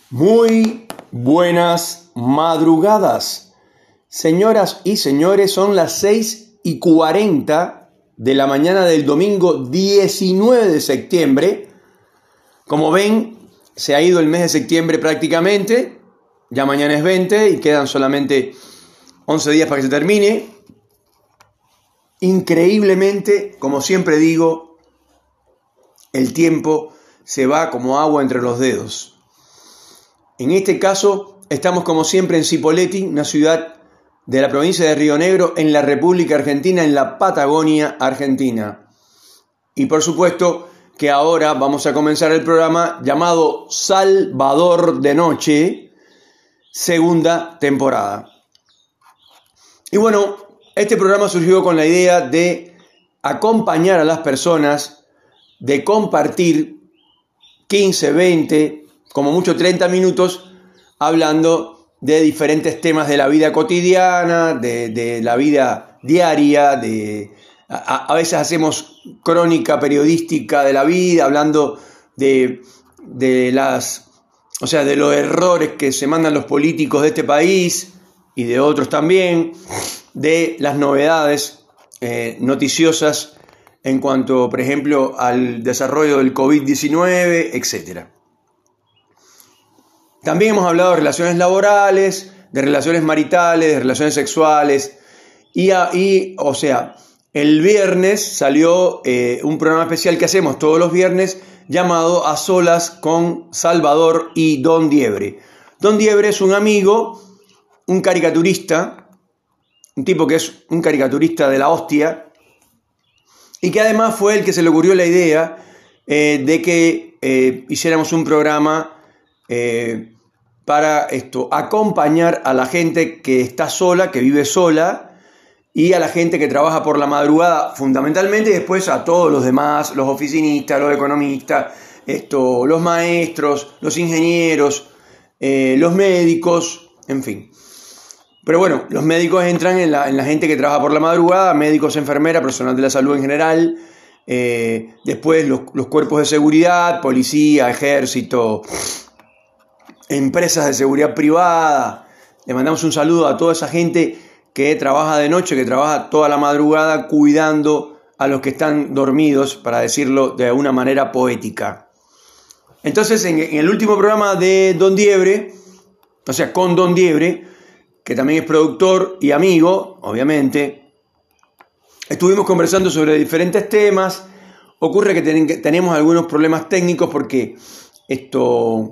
Muy buenas madrugadas, señoras y señores. Son las 6:40 de la mañana del domingo 19 de septiembre. Como ven, se ha ido el mes de septiembre prácticamente. Ya mañana es 20 y quedan solamente 11 días para que se termine. Increíblemente, como siempre digo, el tiempo se va como agua entre los dedos. En este caso, estamos como siempre en Cipolletti, una ciudad de la provincia de Río Negro, en la República Argentina, en la Patagonia Argentina. Y por supuesto que ahora vamos a comenzar el programa llamado Salvador de Noche, segunda temporada. Y bueno, este programa surgió con la idea de acompañar a las personas, de compartir 15, 20, como mucho 30 minutos, hablando de diferentes temas de la vida cotidiana, de la vida diaria, a veces hacemos crónica periodística de la vida, hablando de los errores que se mandan los políticos de este país y de otros también, de las novedades noticiosas en cuanto, por ejemplo, al desarrollo del COVID-19, etc. También hemos hablado de relaciones laborales, de relaciones maritales, de relaciones sexuales. El viernes salió un programa especial que hacemos todos los viernes llamado A Solas con Salvador y Don Diebre. Don Diebre es un amigo, un caricaturista, un tipo que es un caricaturista de la hostia, y que además fue el que se le ocurrió la idea de que hiciéramos un programa para acompañar a la gente que está sola, que vive sola, y a la gente que trabaja por la madrugada fundamentalmente, y después a todos los demás, los oficinistas, los economistas, los maestros, los ingenieros, los médicos, en fin. Pero bueno, los médicos entran en la gente que trabaja por la madrugada, médicos, enfermeras, personal de la salud en general, después los cuerpos de seguridad, policía, ejército, empresas de seguridad privada. Le mandamos un saludo a toda esa gente que trabaja de noche, que trabaja toda la madrugada cuidando a los que están dormidos, para decirlo de una manera poética. Entonces, en el último programa de Don Diebre, con Don Diebre, que también es productor y amigo, obviamente, estuvimos conversando sobre diferentes temas. Ocurre que tenemos algunos problemas técnicos porque eso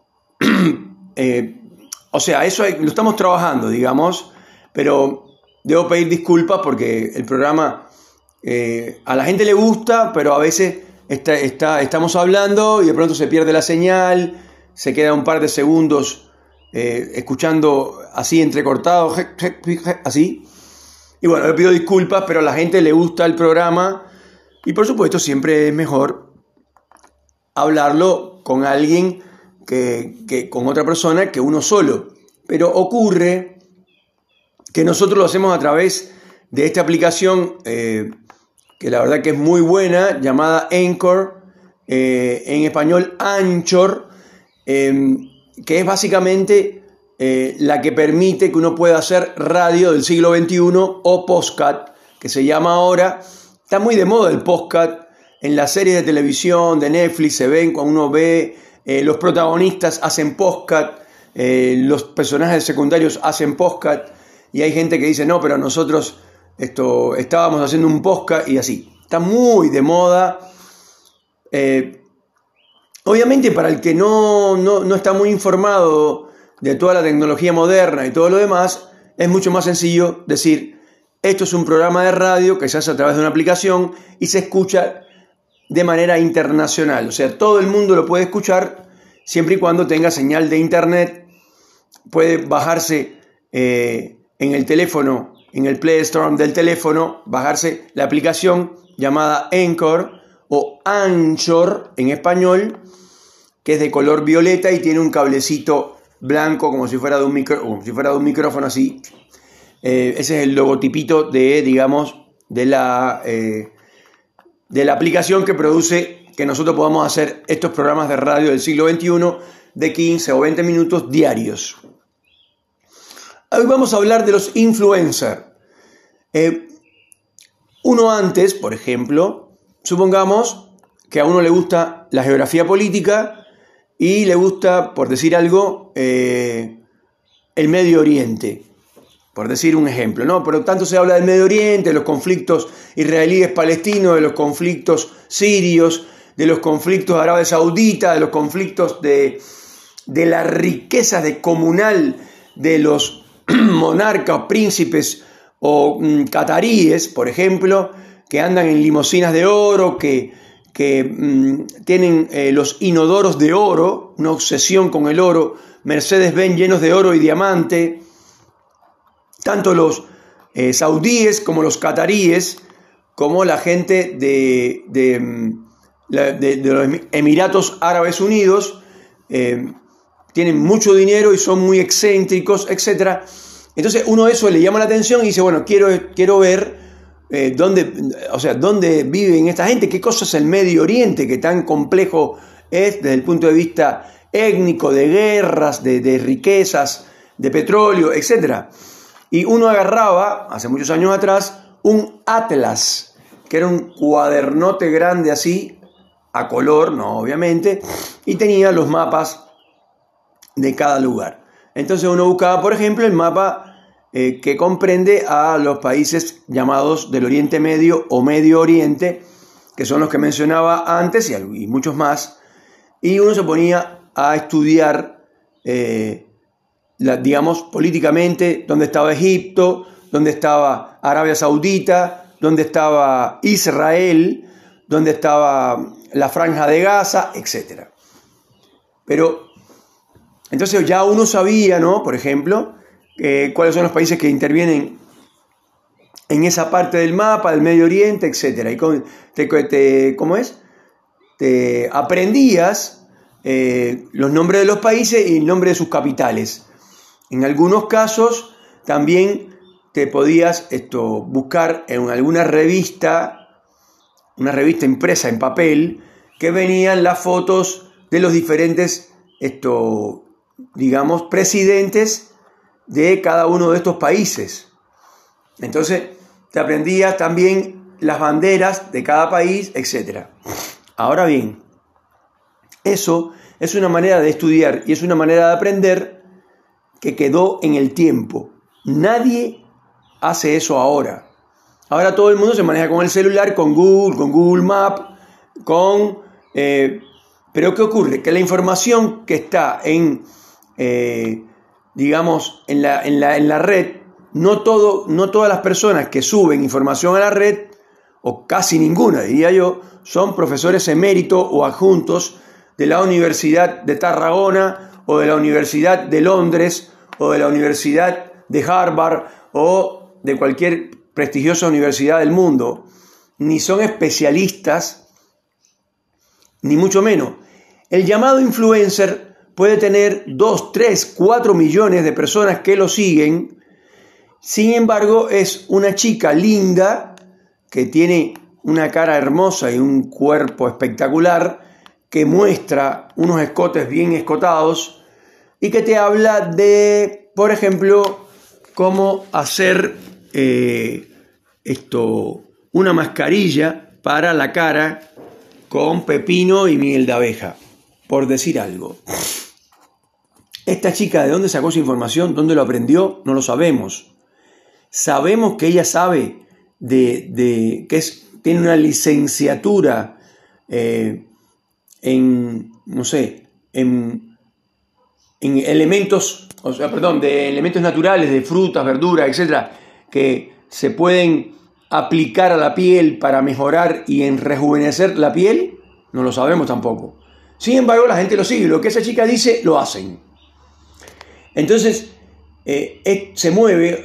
lo estamos trabajando, digamos, pero debo pedir disculpas porque el programa a la gente le gusta, pero a veces estamos hablando y de pronto se pierde la señal, se queda un par de segundos escuchando así entrecortado, así. Y bueno, le pido disculpas, pero a la gente le gusta el programa y por supuesto siempre es mejor hablarlo con alguien que con otra persona que uno solo. Pero ocurre que nosotros lo hacemos a través de esta aplicación que la verdad que es muy buena, llamada Anchor, en español Anchor, que es básicamente la que permite que uno pueda hacer radio del siglo XXI o podcast, que se llama ahora. Está muy de moda el podcast. En las series de televisión, de Netflix, se ven cuando uno ve los protagonistas hacen podcast, los personajes secundarios hacen podcast, y hay gente que dice, no, pero nosotros estábamos haciendo un podcast, y así. Está muy de moda. Obviamente, para el que no está muy informado de toda la tecnología moderna y todo lo demás, es mucho más sencillo decir, esto es un programa de radio que se hace a través de una aplicación y se escucha de manera internacional. O sea, todo el mundo lo puede escuchar siempre y cuando tenga señal de internet. Puede bajarse en el teléfono, en el Play Store del teléfono, bajarse la aplicación llamada Anchor o Anchor en español, que es de color violeta y tiene un cablecito blanco como si fuera de un micrófono así. Ese es el logotipito de la aplicación que produce que nosotros podamos hacer estos programas de radio del siglo XXI de 15 o 20 minutos diarios. Hoy vamos a hablar de los influencers. Uno antes, por ejemplo, supongamos que a uno le gusta la geografía política y le gusta, por decir algo, el Medio Oriente, por decir un ejemplo, ¿no? Por lo tanto se habla del Medio Oriente, de los conflictos israelíes-palestinos, de los conflictos sirios, de los conflictos Arabia Saudita, de los conflictos de la riqueza descomunal de los monarcas, príncipes o cataríes, por ejemplo, que andan en limusinas de oro, que tienen los inodoros de oro, una obsesión con el oro, Mercedes-Benz llenos de oro y diamante, tanto los saudíes como los cataríes, como la gente de los Emiratos Árabes Unidos, tienen mucho dinero y son muy excéntricos, etc. Entonces uno eso le llama la atención y dice, bueno, quiero ver dónde viven esta gente, qué cosa es el Medio Oriente, que tan complejo es desde el punto de vista étnico, de guerras, de riquezas, de petróleo, etc. Y uno agarraba, hace muchos años atrás, un atlas, que era un cuadernote grande así, a color, no obviamente, y tenía los mapas de cada lugar. Entonces uno buscaba, por ejemplo, el mapa que comprende a los países llamados del Oriente Medio o Medio Oriente, que son los que mencionaba antes y muchos más, y uno se ponía a estudiar, digamos, políticamente, dónde estaba Egipto, dónde estaba Arabia Saudita, dónde estaba Israel, dónde estaba la Franja de Gaza, etc. Pero entonces ya uno sabía, ¿no? Por ejemplo, cuáles son los países que intervienen en esa parte del mapa, del Medio Oriente, etc. Y te aprendías los nombres de los países y el nombre de sus capitales. En algunos casos también te podías buscar en alguna revista, una revista impresa en papel, que venían las fotos de los diferentes, digamos, presidentes de cada uno de estos países. Entonces te aprendías también las banderas de cada país, etc. Ahora bien, eso es una manera de estudiar y es una manera de aprender que quedó en el tiempo. Nadie hace eso ahora. Ahora todo el mundo se maneja con el celular, con Google Maps, pero ¿qué ocurre? Que la información que está digamos, en la red, no todas las personas que suben información a la red, o casi ninguna, diría yo, son profesores eméritos o adjuntos de la Universidad de Tarragona, o de la Universidad de Londres, o de la Universidad de Harvard, o de cualquier prestigiosa universidad del mundo. Ni son especialistas, ni mucho menos. El llamado influencer puede tener 2, 3, 4 millones de personas que lo siguen. Sin embargo, es una chica linda que tiene una cara hermosa y un cuerpo espectacular, que muestra unos escotes bien escotados y que te habla de, por ejemplo, cómo hacer una mascarilla para la cara con pepino y miel de abeja, por decir algo. Esta chica, ¿de dónde sacó su información? ¿Dónde lo aprendió? No lo sabemos. Sabemos que ella sabe tiene una licenciatura en elementos, de elementos naturales, de frutas, verduras, etcétera, que se pueden aplicar a la piel para mejorar y rejuvenecer la piel. No lo sabemos tampoco. Sin embargo, la gente lo sigue. Lo que esa chica dice, lo hacen. Entonces, se mueve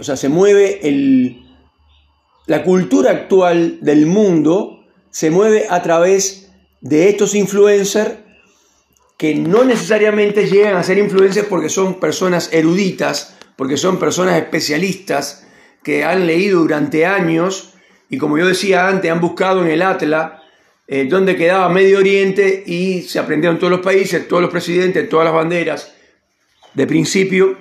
la cultura actual del mundo, se mueve a través de estos influencers que no necesariamente llegan a ser influencers porque son personas eruditas, porque son personas especialistas que han leído durante años y, como yo decía antes, han buscado en el Atlas dónde quedaba Medio Oriente, y se aprendieron todos los países, todos los presidentes, todas las banderas de principio,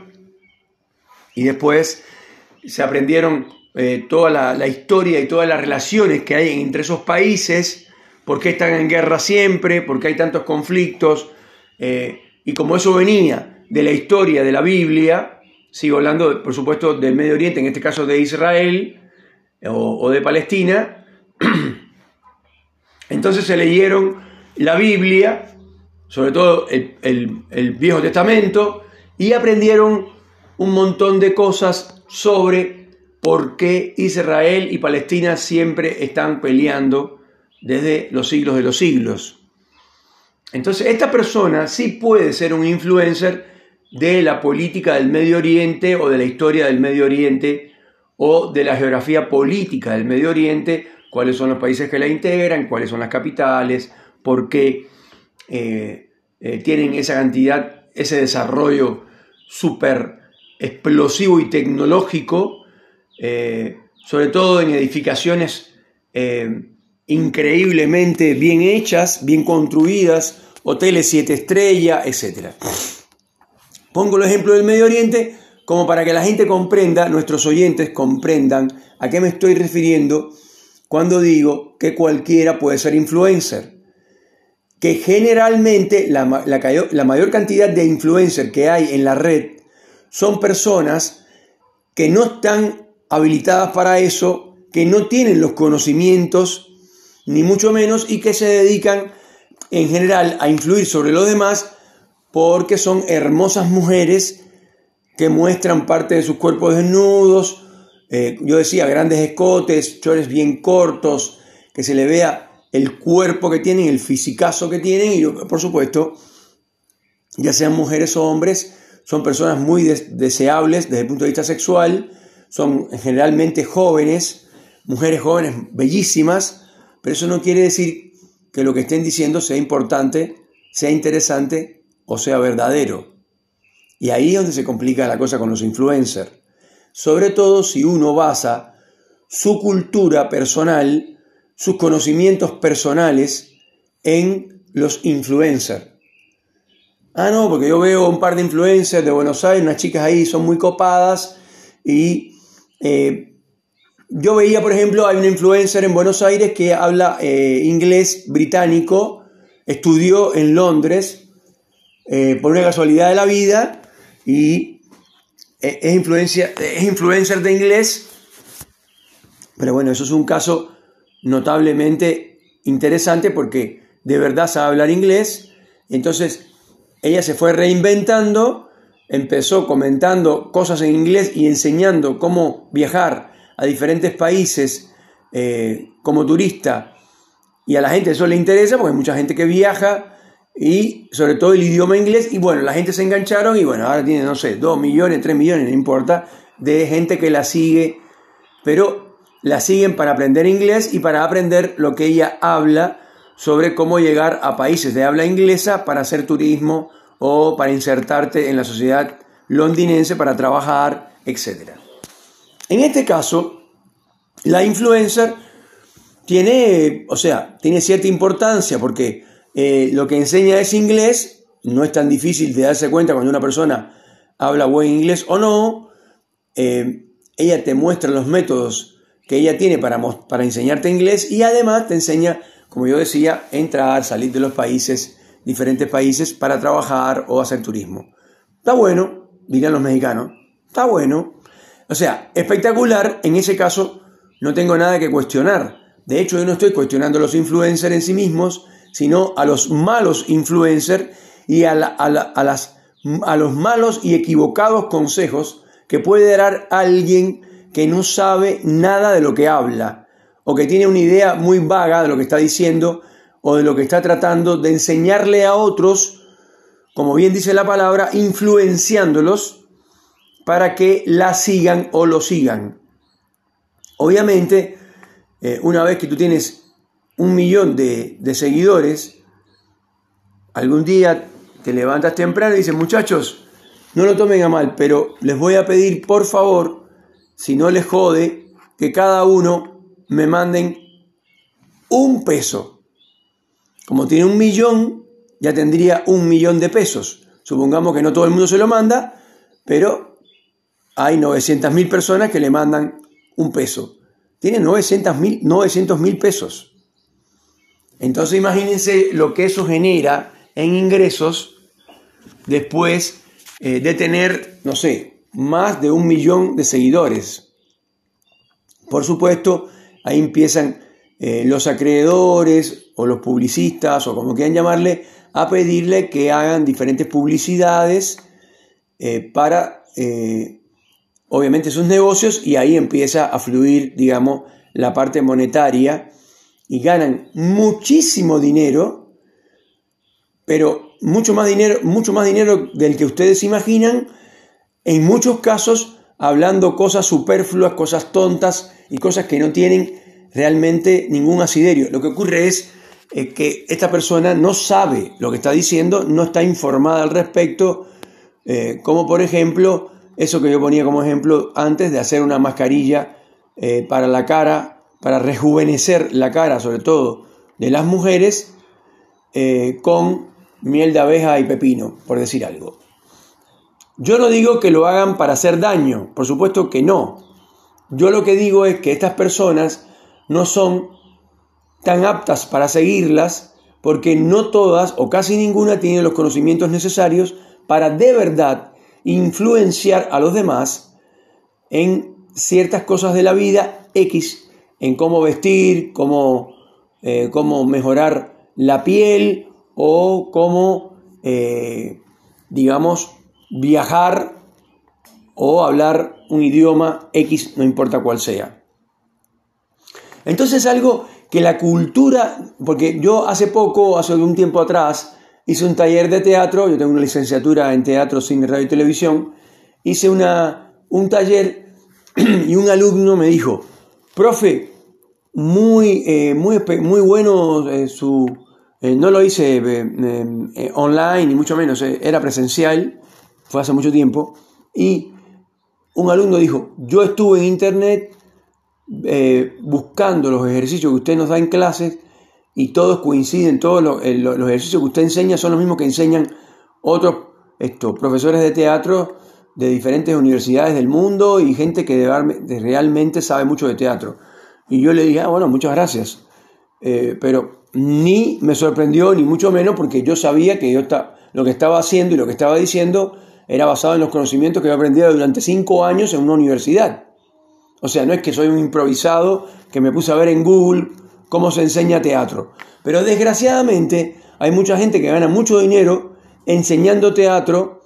y después se aprendieron toda la historia y todas las relaciones que hay entre esos países, por qué están en guerra siempre, por qué hay tantos conflictos, y como eso venía de la historia de la Biblia, sigo hablando, por supuesto, del Medio Oriente, en este caso de Israel o de Palestina. Entonces se leyeron la Biblia, sobre todo el Viejo Testamento, y aprendieron un montón de cosas sobre por qué Israel y Palestina siempre están peleando desde los siglos de los siglos. Entonces, esta persona sí puede ser un influencer de la política del Medio Oriente o de la historia del Medio Oriente o de la geografía política del Medio Oriente, cuáles son los países que la integran, cuáles son las capitales, por qué tienen esa cantidad, ese desarrollo súper explosivo y tecnológico, sobre todo en edificaciones increíblemente bien hechas, bien construidas, hoteles 7 estrellas, etc. Pongo el ejemplo del Medio Oriente como para que la gente comprenda, nuestros oyentes comprendan a qué me estoy refiriendo cuando digo que cualquiera puede ser influencer. Que generalmente la mayor cantidad de influencers que hay en la red son personas que no están habilitadas para eso, que no tienen los conocimientos, ni mucho menos, y que se dedican en general a influir sobre los demás porque son hermosas mujeres que muestran parte de sus cuerpos desnudos, yo decía, grandes escotes, chores bien cortos, que se le vea el cuerpo que tienen, el fisicazo que tienen, y por supuesto, ya sean mujeres o hombres, son personas muy deseables desde el punto de vista sexual, son generalmente jóvenes, mujeres jóvenes bellísimas, pero eso no quiere decir que lo que estén diciendo sea importante, sea interesante o sea verdadero. Y ahí es donde se complica la cosa con los influencers. Sobre todo si uno basa su cultura personal, sus conocimientos personales en los influencers. Ah, no, porque yo veo un par de influencers de Buenos Aires, unas chicas ahí son muy copadas, y yo veía, por ejemplo, hay una influencer en Buenos Aires que habla inglés británico, estudió en Londres por una casualidad de la vida, y es influencer de inglés, pero bueno, eso es un caso notablemente interesante porque de verdad sabe hablar inglés. Entonces ella se fue reinventando, empezó comentando cosas en inglés y enseñando cómo viajar a diferentes países como turista, y a la gente eso le interesa porque hay mucha gente que viaja, y sobre todo el idioma inglés, y bueno, la gente se engancharon y bueno, ahora tiene, no sé, 2 millones, 3 millones, no importa, de gente que la sigue, pero la siguen para aprender inglés y para aprender lo que ella habla sobre cómo llegar a países de habla inglesa para hacer turismo o para insertarte en la sociedad londinense para trabajar, etc. En este caso, la influencer tiene cierta importancia porque lo que enseña es inglés, no es tan difícil de darse cuenta cuando una persona habla buen inglés o no. Ella te muestra los métodos que ella tiene para enseñarte inglés, y además te enseña, como yo decía, entrar, salir de los países, diferentes países, para trabajar o hacer turismo. Está bueno, dirían los mexicanos, está bueno. O sea, espectacular, en ese caso no tengo nada que cuestionar. De hecho, yo no estoy cuestionando a los influencers en sí mismos, sino a los malos influencers y a los malos y equivocados consejos que puede dar alguien que no sabe nada de lo que habla, o que tiene una idea muy vaga de lo que está diciendo o de lo que está tratando de enseñarle a otros, como bien dice la palabra, influenciándolos para que la sigan o lo sigan. Obviamente, una vez que tú tienes 1 millón de seguidores, algún día te levantas temprano y dices, muchachos, no lo tomen a mal, pero les voy a pedir, por favor, si no les jode, que cada uno me manden $1. Como tiene 1 millón, ya tendría 1 millón de pesos. Supongamos que no todo el mundo se lo manda, pero hay 900.000 personas que le mandan 1 peso. Tiene 900.000 pesos. Entonces imagínense lo que eso genera en ingresos después de tener, no sé, más de 1 millón de seguidores. Por supuesto, ahí empiezan los acreedores o los publicistas o como quieran llamarle a pedirle que hagan diferentes publicidades para obviamente sus negocios, y ahí empieza a fluir, digamos, la parte monetaria y ganan muchísimo dinero, pero mucho más dinero del que ustedes imaginan, en muchos casos hablando cosas superfluas, cosas tontas y cosas que no tienen realmente ningún asiderio. Lo que ocurre es que esta persona no sabe lo que está diciendo, no está informada al respecto, como por ejemplo eso que yo ponía como ejemplo antes de hacer una mascarilla para la cara, para rejuvenecer la cara, sobre todo de las mujeres, con miel de abeja y pepino, por decir algo. Yo no digo que lo hagan para hacer daño, por supuesto que no. Yo lo que digo es que estas personas no son tan aptas para seguirlas, porque no todas o casi ninguna tiene los conocimientos necesarios para de verdad influenciar a los demás en ciertas cosas de la vida X, en cómo vestir, cómo mejorar la piel o cómo, digamos, viajar o hablar un idioma X, no importa cuál sea. Entonces algo que la cultura, porque yo hace un tiempo atrás, hice un taller de teatro, yo tengo una licenciatura en teatro, cine, radio y televisión, hice un taller y un alumno me dijo: profe, muy bueno no lo hice online ni mucho menos, era presencial, fue hace mucho tiempo, y un alumno dijo: yo estuve en internet buscando los ejercicios que usted nos da en clases y todos coinciden, todos los ejercicios que usted enseña son los mismos que enseñan otros profesores de teatro de diferentes universidades del mundo y gente que realmente sabe mucho de teatro. Y yo le dije: bueno, muchas gracias, pero ni me sorprendió ni mucho menos, porque yo sabía que lo que estaba haciendo y lo que estaba diciendo era basado en los conocimientos que yo aprendí durante 5 años en una universidad. O sea, no es que soy un improvisado que me puse a ver en Google cómo se enseña teatro. Pero desgraciadamente hay mucha gente que gana mucho dinero enseñando teatro,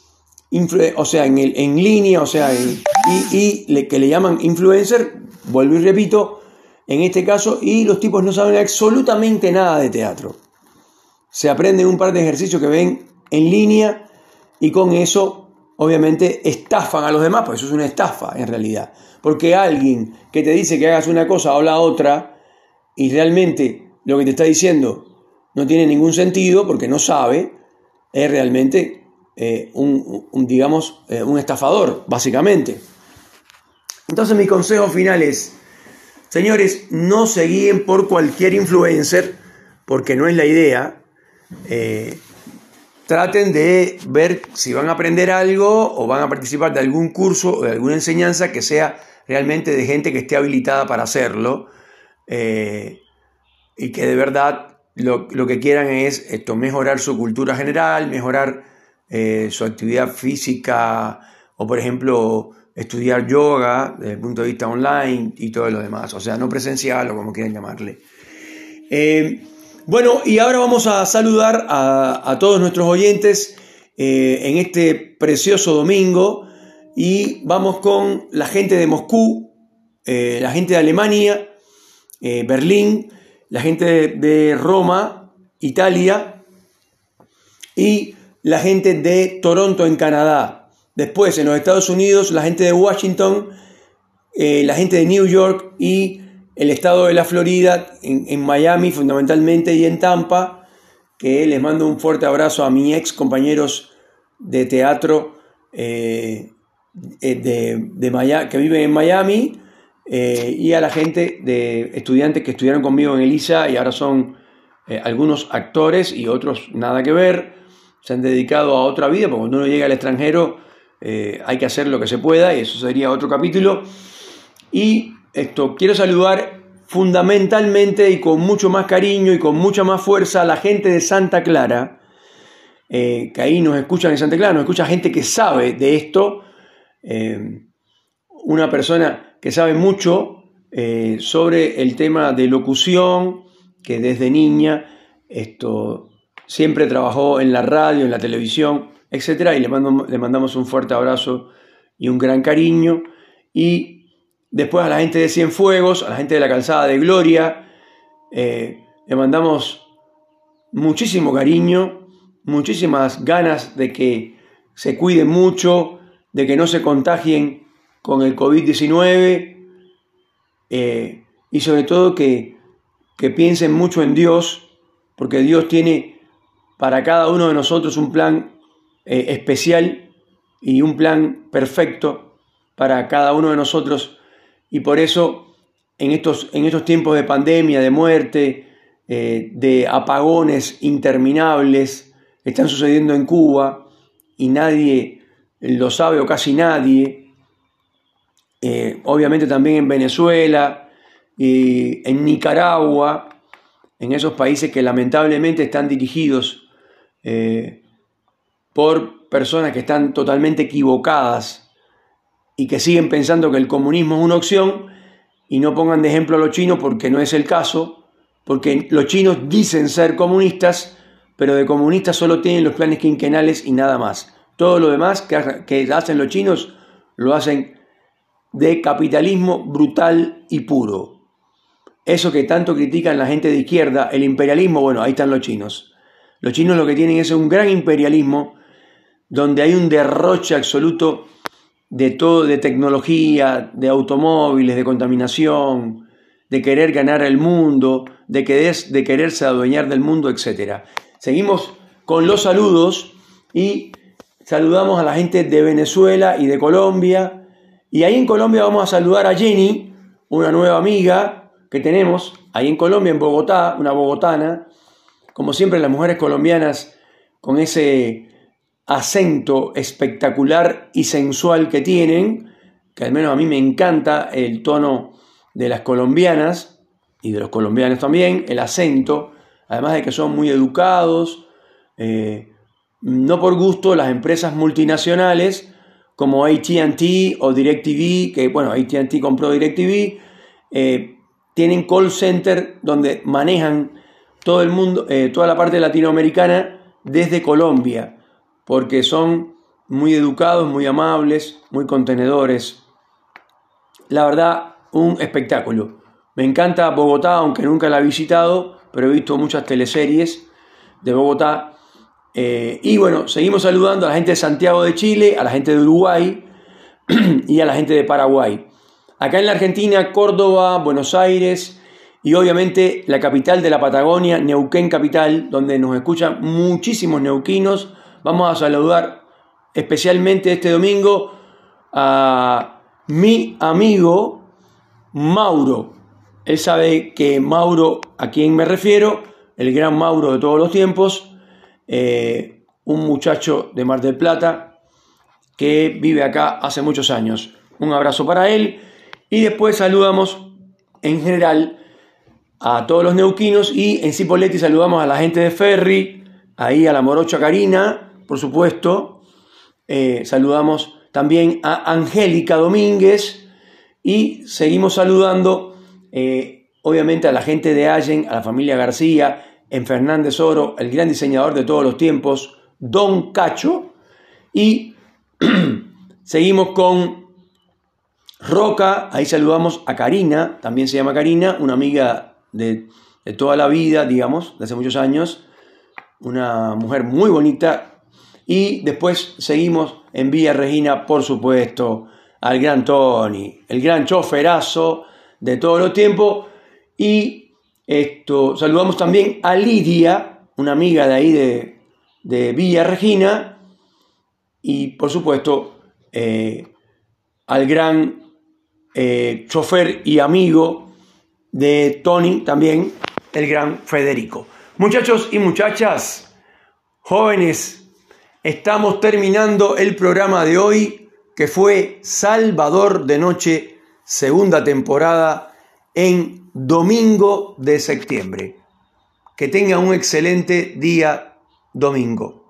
o sea, en línea, o sea, que le llaman influencer, vuelvo y repito, en este caso, y los tipos no saben absolutamente nada de teatro. Se aprenden un par de ejercicios que ven en línea y con eso obviamente estafan a los demás, pues eso es una estafa en realidad. Porque alguien que te dice que hagas una cosa o la otra y realmente lo que te está diciendo no tiene ningún sentido porque no sabe, es realmente un estafador, básicamente. Entonces mi consejo final es: señores, no se guíen por cualquier influencer, porque no es la idea. Traten de ver si van a aprender algo o van a participar de algún curso o de alguna enseñanza que sea realmente de gente que esté habilitada para hacerlo, y que de verdad lo que quieran es mejorar su cultura general, mejorar su actividad física, o por ejemplo estudiar yoga desde el punto de vista online y todo lo demás, o sea, no presencial o como quieran llamarle. Bueno, y ahora vamos a saludar a todos nuestros oyentes en este precioso domingo, y vamos con la gente de Moscú, la gente de Alemania, Berlín, la gente de Roma, Italia, y la gente de Toronto en Canadá. Después en los Estados Unidos, la gente de Washington, la gente de New York y el estado de la Florida, en Miami fundamentalmente, y en Tampa, que les mando un fuerte abrazo a mis ex compañeros de teatro de Miami, que viven en Miami, y a la gente de estudiantes que estudiaron conmigo en el ISA y ahora son algunos actores y otros nada que ver, se han dedicado a otra vida, porque cuando uno llega al extranjero hay que hacer lo que se pueda, y eso sería otro capítulo. Y quiero saludar fundamentalmente y con mucho más cariño y con mucha más fuerza a la gente de Santa Clara, que ahí nos escuchan en Santa Clara, nos escucha gente que sabe de esto, una persona que sabe mucho sobre el tema de locución, que desde niña siempre trabajó en la radio, en la televisión, etc. Y le mandamos un fuerte abrazo y un gran cariño. Y después a la gente de Cienfuegos, a la gente de la Calzada de Gloria, le mandamos muchísimo cariño, muchísimas ganas de que se cuiden mucho, de que no se contagien con el COVID-19, y sobre todo que piensen mucho en Dios, porque Dios tiene para cada uno de nosotros un plan especial y un plan perfecto para cada uno de nosotros, y por eso en estos tiempos de pandemia, de muerte, de apagones interminables que están sucediendo en Cuba y nadie lo sabe o casi nadie, obviamente también en Venezuela y en Nicaragua, en esos países que lamentablemente están dirigidos por personas que están totalmente equivocadas y que siguen pensando que el comunismo es una opción, y no pongan de ejemplo a los chinos porque no es el caso, porque los chinos dicen ser comunistas, pero de comunistas solo tienen los planes quinquenales y nada más. Todo lo demás que hacen los chinos lo hacen de capitalismo brutal y puro. Eso que tanto critican la gente de izquierda, el imperialismo, bueno, ahí están los chinos. Los chinos lo que tienen es un gran imperialismo donde hay un derroche absoluto de todo, de tecnología, de automóviles, de contaminación, de querer ganar el mundo, de quererse adueñar del mundo, etc. Seguimos con los saludos y saludamos a la gente de Venezuela y de Colombia. Y ahí en Colombia vamos a saludar a Jenny, una nueva amiga que tenemos ahí en Colombia, en Bogotá, una bogotana. Como siempre, las mujeres colombianas con ese acento espectacular y sensual que tienen, que al menos a mí me encanta el tono de las colombianas y de los colombianos también, el acento, además de que son muy educados, no por gusto las empresas multinacionales como AT&T o DirecTV, que bueno, AT&T compró DirecTV, tienen call center donde manejan todo el mundo, toda la parte latinoamericana desde Colombia, porque son muy educados, muy amables, muy contenedores. La verdad, un espectáculo. Me encanta Bogotá, aunque nunca la he visitado, pero he visto muchas teleseries de Bogotá. Y bueno, seguimos saludando a la gente de Santiago de Chile, a la gente de Uruguay y a la gente de Paraguay. Acá en la Argentina, Córdoba, Buenos Aires y obviamente la capital de la Patagonia, Neuquén capital, donde nos escuchan muchísimos neuquinos. Vamos a saludar especialmente este domingo a mi amigo Mauro. Él sabe que Mauro, a quien me refiero, el gran Mauro de todos los tiempos, un muchacho de Mar del Plata que vive acá hace muchos años. Un abrazo para él y después saludamos en general a todos los neuquinos y en Cipolletti saludamos a la gente de Ferry, ahí a la morocha Karina, por supuesto. Saludamos también a Angélica Domínguez y seguimos saludando obviamente a la gente de Allen, a la familia García, en Fernández Oro, el gran diseñador de todos los tiempos, Don Cacho. Y seguimos con Roca, ahí saludamos a Karina, también se llama Karina, una amiga de toda la vida, digamos, de hace muchos años, una mujer muy bonita. Y después seguimos en Villa Regina, por supuesto, al gran Tony, el gran choferazo de todos los tiempos. Y saludamos también a Lidia, una amiga de ahí de Villa Regina. Y por supuesto al gran chofer y amigo de Tony también, el gran Federico. Muchachos y muchachas, jóvenes, estamos terminando el programa de hoy, que fue Salvador de Noche, segunda temporada, en domingo de septiembre. Que tengan un excelente día domingo.